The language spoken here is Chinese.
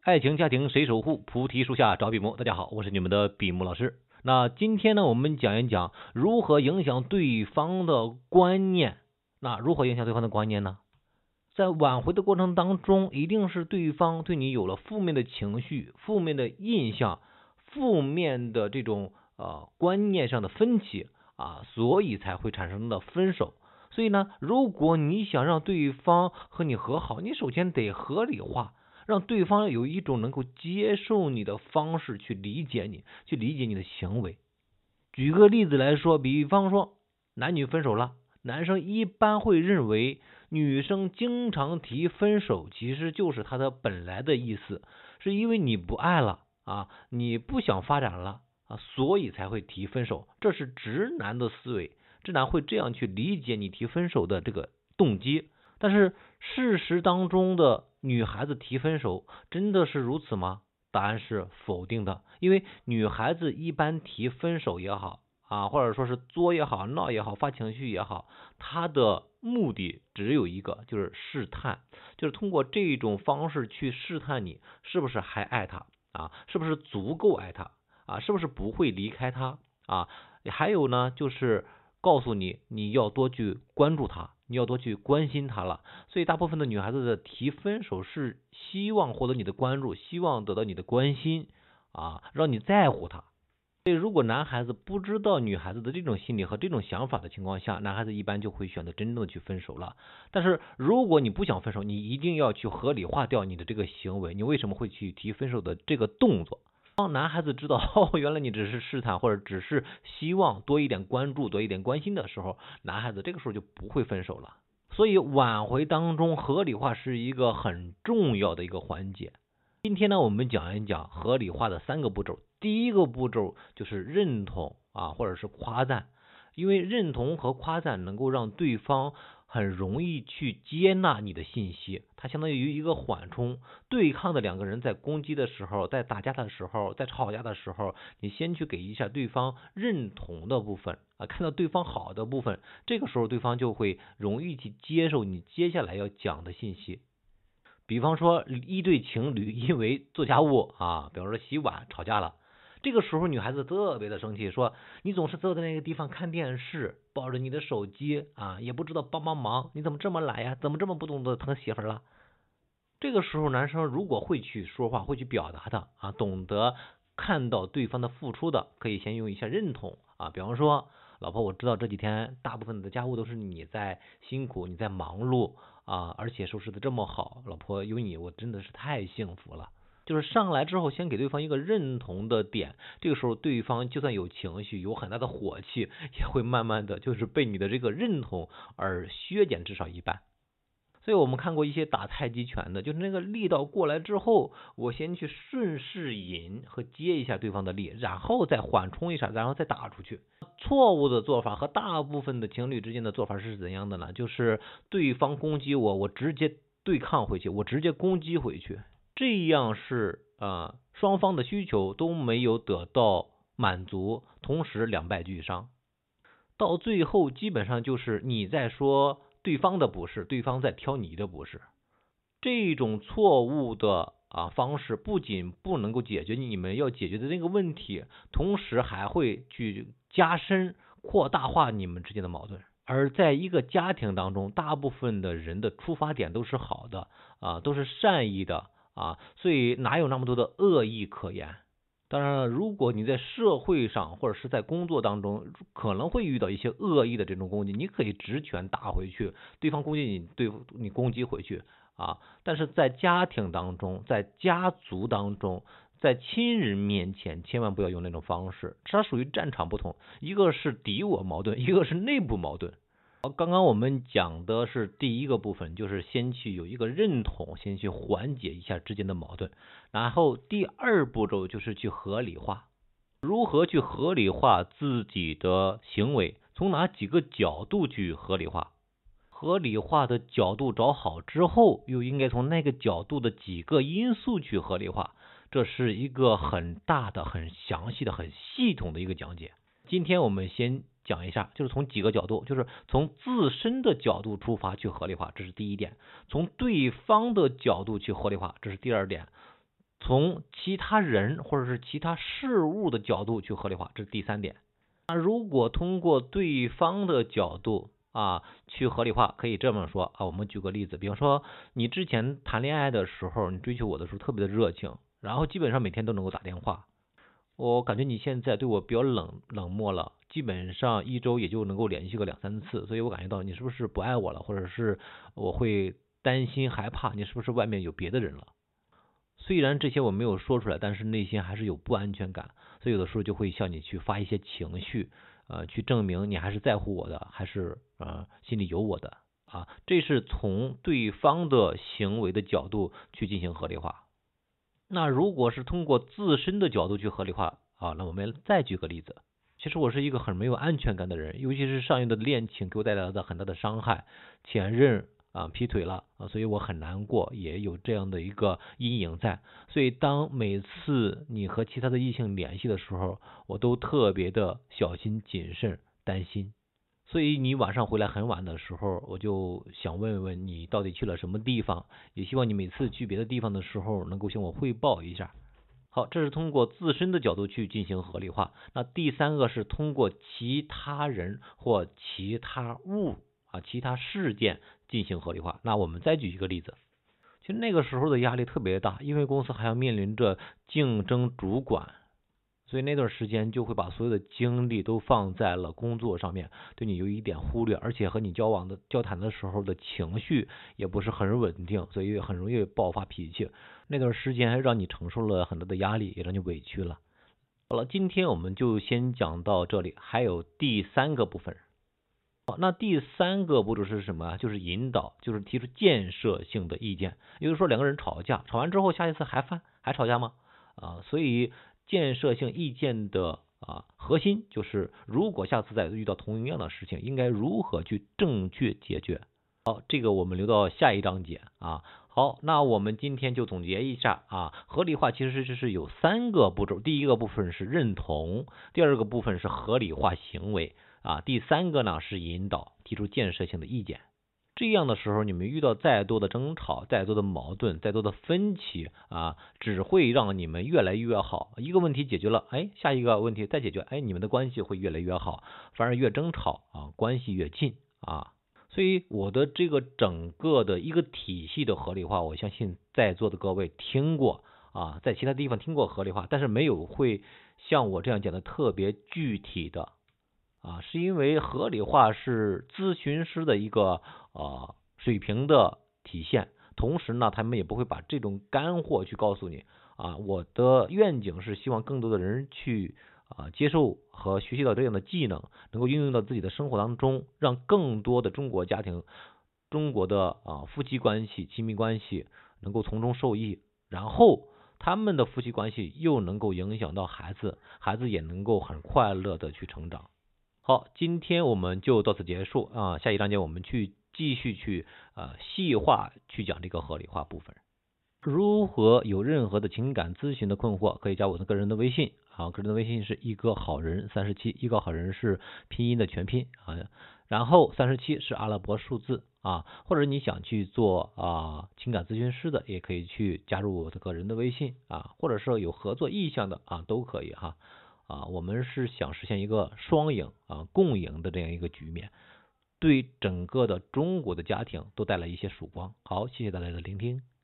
爱情家庭谁守护？菩提树下找比目。大家好，我是你们的比目老师。那今天呢，我们讲一讲如何影响对方的观念。那如何影响对方的观念呢？在挽回的过程当中，一定是对方对你有了负面的情绪、负面的印象、负面的这种观念上的分歧所以才会产生的分手。所以呢，如果你想让对方和你和好，你首先得合理化，让对方有一种能够接受你的方式去理解你，去理解你的行为。举个例子来说，比方说男女分手了，男生一般会认为女生经常提分手，其实就是她的本来的意思，是因为你不爱了你不想发展了所以才会提分手。这是直男的思维，直男会这样去理解你提分手的这个动机。但是事实当中的女孩子提分手真的是如此吗？答案是否定的。因为女孩子一般提分手也好或者说是作也好、闹也好、发情绪也好，她的目的只有一个，就是试探，就是通过这种方式去试探你是不是还爱她是不是足够爱她是不是不会离开她还有呢，就是告诉你你要多去关注她，你要多去关心她了。所以大部分的女孩子的提分手是希望获得你的关注，希望得到你的关心让你在乎她。所以如果男孩子不知道女孩子的这种心理和这种想法的情况下，男孩子一般就会选择真正的去分手了。但是如果你不想分手，你一定要去合理化掉你的这个行为，你为什么会去提分手的这个动作。当男孩子知道原来你只是试探或者只是希望多一点关注多一点关心的时候，男孩子这个时候就不会分手了。所以挽回当中合理化是一个很重要的一个环节。今天呢，我们讲一讲合理化的3个步骤。第一个步骤就是认同或者是夸赞，因为认同和夸赞能够让对方很容易去接纳你的信息，它相当于一个缓冲。对抗的两个人在攻击的时候，在打架的时候，在吵架的时候，你先去给一下对方认同的部分看到对方好的部分，这个时候对方就会容易去接受你接下来要讲的信息。比方说一对情侣因为做家务比方说洗碗吵架了，这个时候女孩子特别的生气，说你总是坐在那个地方看电视，抱着你的手机也不知道帮忙，你怎么这么懒呀？怎么这么不懂得疼媳妇了？这个时候男生如果会去说话，会去表达的懂得看到对方的付出的，可以先用一下认同比方说老婆，我知道这几天大部分的家务都是你在辛苦，你在忙碌而且收拾的这么好，老婆有你我真的是太幸福了。就是上来之后先给对方一个认同的点，这个时候对方就算有情绪有很大的火气，也会慢慢的就是被你的这个认同而削减至少一半。所以我们看过一些打太极拳的，就是那个力道过来之后，我先去顺势引和接一下对方的力，然后再缓冲一下，然后再打出去。错误的做法和大部分的情侣之间的做法是怎样的呢？就是对方攻击我，我直接对抗回去，我直接攻击回去，这样是双方的需求都没有得到满足，同时两败俱伤。到最后基本上就是你在说对方的不是，对方在挑你的不是。这种错误的方式不仅不能够解决你们要解决的那个问题，同时还会去加深扩大化你们之间的矛盾。而在一个家庭当中，大部分的人的出发点都是好的都是善意的所以哪有那么多的恶意可言。当然了，如果你在社会上或者是在工作当中可能会遇到一些恶意的这种攻击，你可以直拳打回去，对方攻击你，对你攻击回去但是在家庭当中，在家族当中，在亲人面前千万不要用那种方式，它属于战场不同，一个是敌我矛盾，一个是内部矛盾。刚刚我们讲的是第一个部分，就是先去有一个认同，先去缓解一下之间的矛盾。然后第二步骤就是去合理化，如何去合理化自己的行为，从哪几个角度去合理化。合理化的角度找好之后，又应该从那个角度的几个因素去合理化，这是一个很大的、很详细的、很系统的一个讲解。今天我们先讲一下，就是从几个角度，就是从自身的角度出发去合理化，这是第一点；从对方的角度去合理化，这是第二点； 从其他人或者是其他事物的角度去合理化，这是第3点。那如果通过对方的角度去合理化，可以这么说我们举个例子，比方说你之前谈恋爱的时候，你追求我的时候特别的热情，然后基本上每天都能够打电话。我感觉你现在对我比较冷漠了，基本上1周也就能够联系个2-3次，所以我感觉到你是不是不爱我了，或者是我会担心害怕你是不是外面有别的人了。虽然这些我没有说出来，但是内心还是有不安全感，所以有的时候就会向你去发一些情绪，去证明你还是在乎我的，还是心里有我的这是从对方的行为的角度去进行合理化。那如果是通过自身的角度去合理化那我们再举个例子。其实我是一个很没有安全感的人，尤其是上一段的恋情给我带来了很大的伤害，前任劈腿了所以我很难过，也有这样的一个阴影在。所以当每次你和其他的异性联系的时候，我都特别的小心谨慎，担心。所以你晚上回来很晚的时候，我就想问问你到底去了什么地方，也希望你每次去别的地方的时候能够向我汇报一下。好，这是通过自身的角度去进行合理化。那第3个是通过其他人或其他物其他事件进行合理化。那我们再举一个例子，其实那个时候的压力特别大，因为公司还要面临着竞争主管，所以那段时间就会把所有的精力都放在了工作上面，对你有一点忽略，而且和你交谈的时候的情绪也不是很稳定，所以很容易爆发脾气。那段时间让你承受了很多的压力，也让你委屈了。好了，今天我们就先讲到这里，还有第3个部分。好，那第3个步骤是什么就是引导，就是提出建设性的意见。也就是说2个人吵架，吵完之后下一次还吵架吗？所以建设性意见的核心就是如果下次再遇到同样的事情，应该如何去正确解决。好，这个我们留到下一章节好，那我们今天就总结一下合理化其实是有3个步骤。第1个部分是认同，第2个部分是合理化行为第3个呢是引导，提出建设性的意见。这样的时候，你们遇到再多的争吵，再多的矛盾，再多的分歧只会让你们越来越好。一个问题解决了，下一个问题再解决，你们的关系会越来越好，反而越争吵关系越近所以我的这个整个的一个体系的合理化，我相信在座的各位听过在其他地方听过合理化，但是没有会像我这样讲的特别具体的是因为合理化是咨询师的一个水平的体现，同时呢，他们也不会把这种干货去告诉你我的愿景是希望更多的人去接受和学习到这样的技能，能够运用到自己的生活当中，让更多的中国家庭、中国的夫妻关系、亲密关系能够从中受益，然后他们的夫妻关系又能够影响到孩子，孩子也能够很快乐的去成长。好，今天我们就到此结束下一章节我们继续去细化去讲这个合理化部分。如何有任何的情感咨询的困惑，可以加我的个人的微信个人的微信是一个好人37，一个好人是拼音的全拼然后37是阿拉伯数字或者你想去做情感咨询师的，也可以去加入我的个人的微信或者是有合作意向的都可以我们是想实现一个双赢共赢的这样一个局面，对整个的中国的家庭都带来一些曙光。好，谢谢大家的聆听。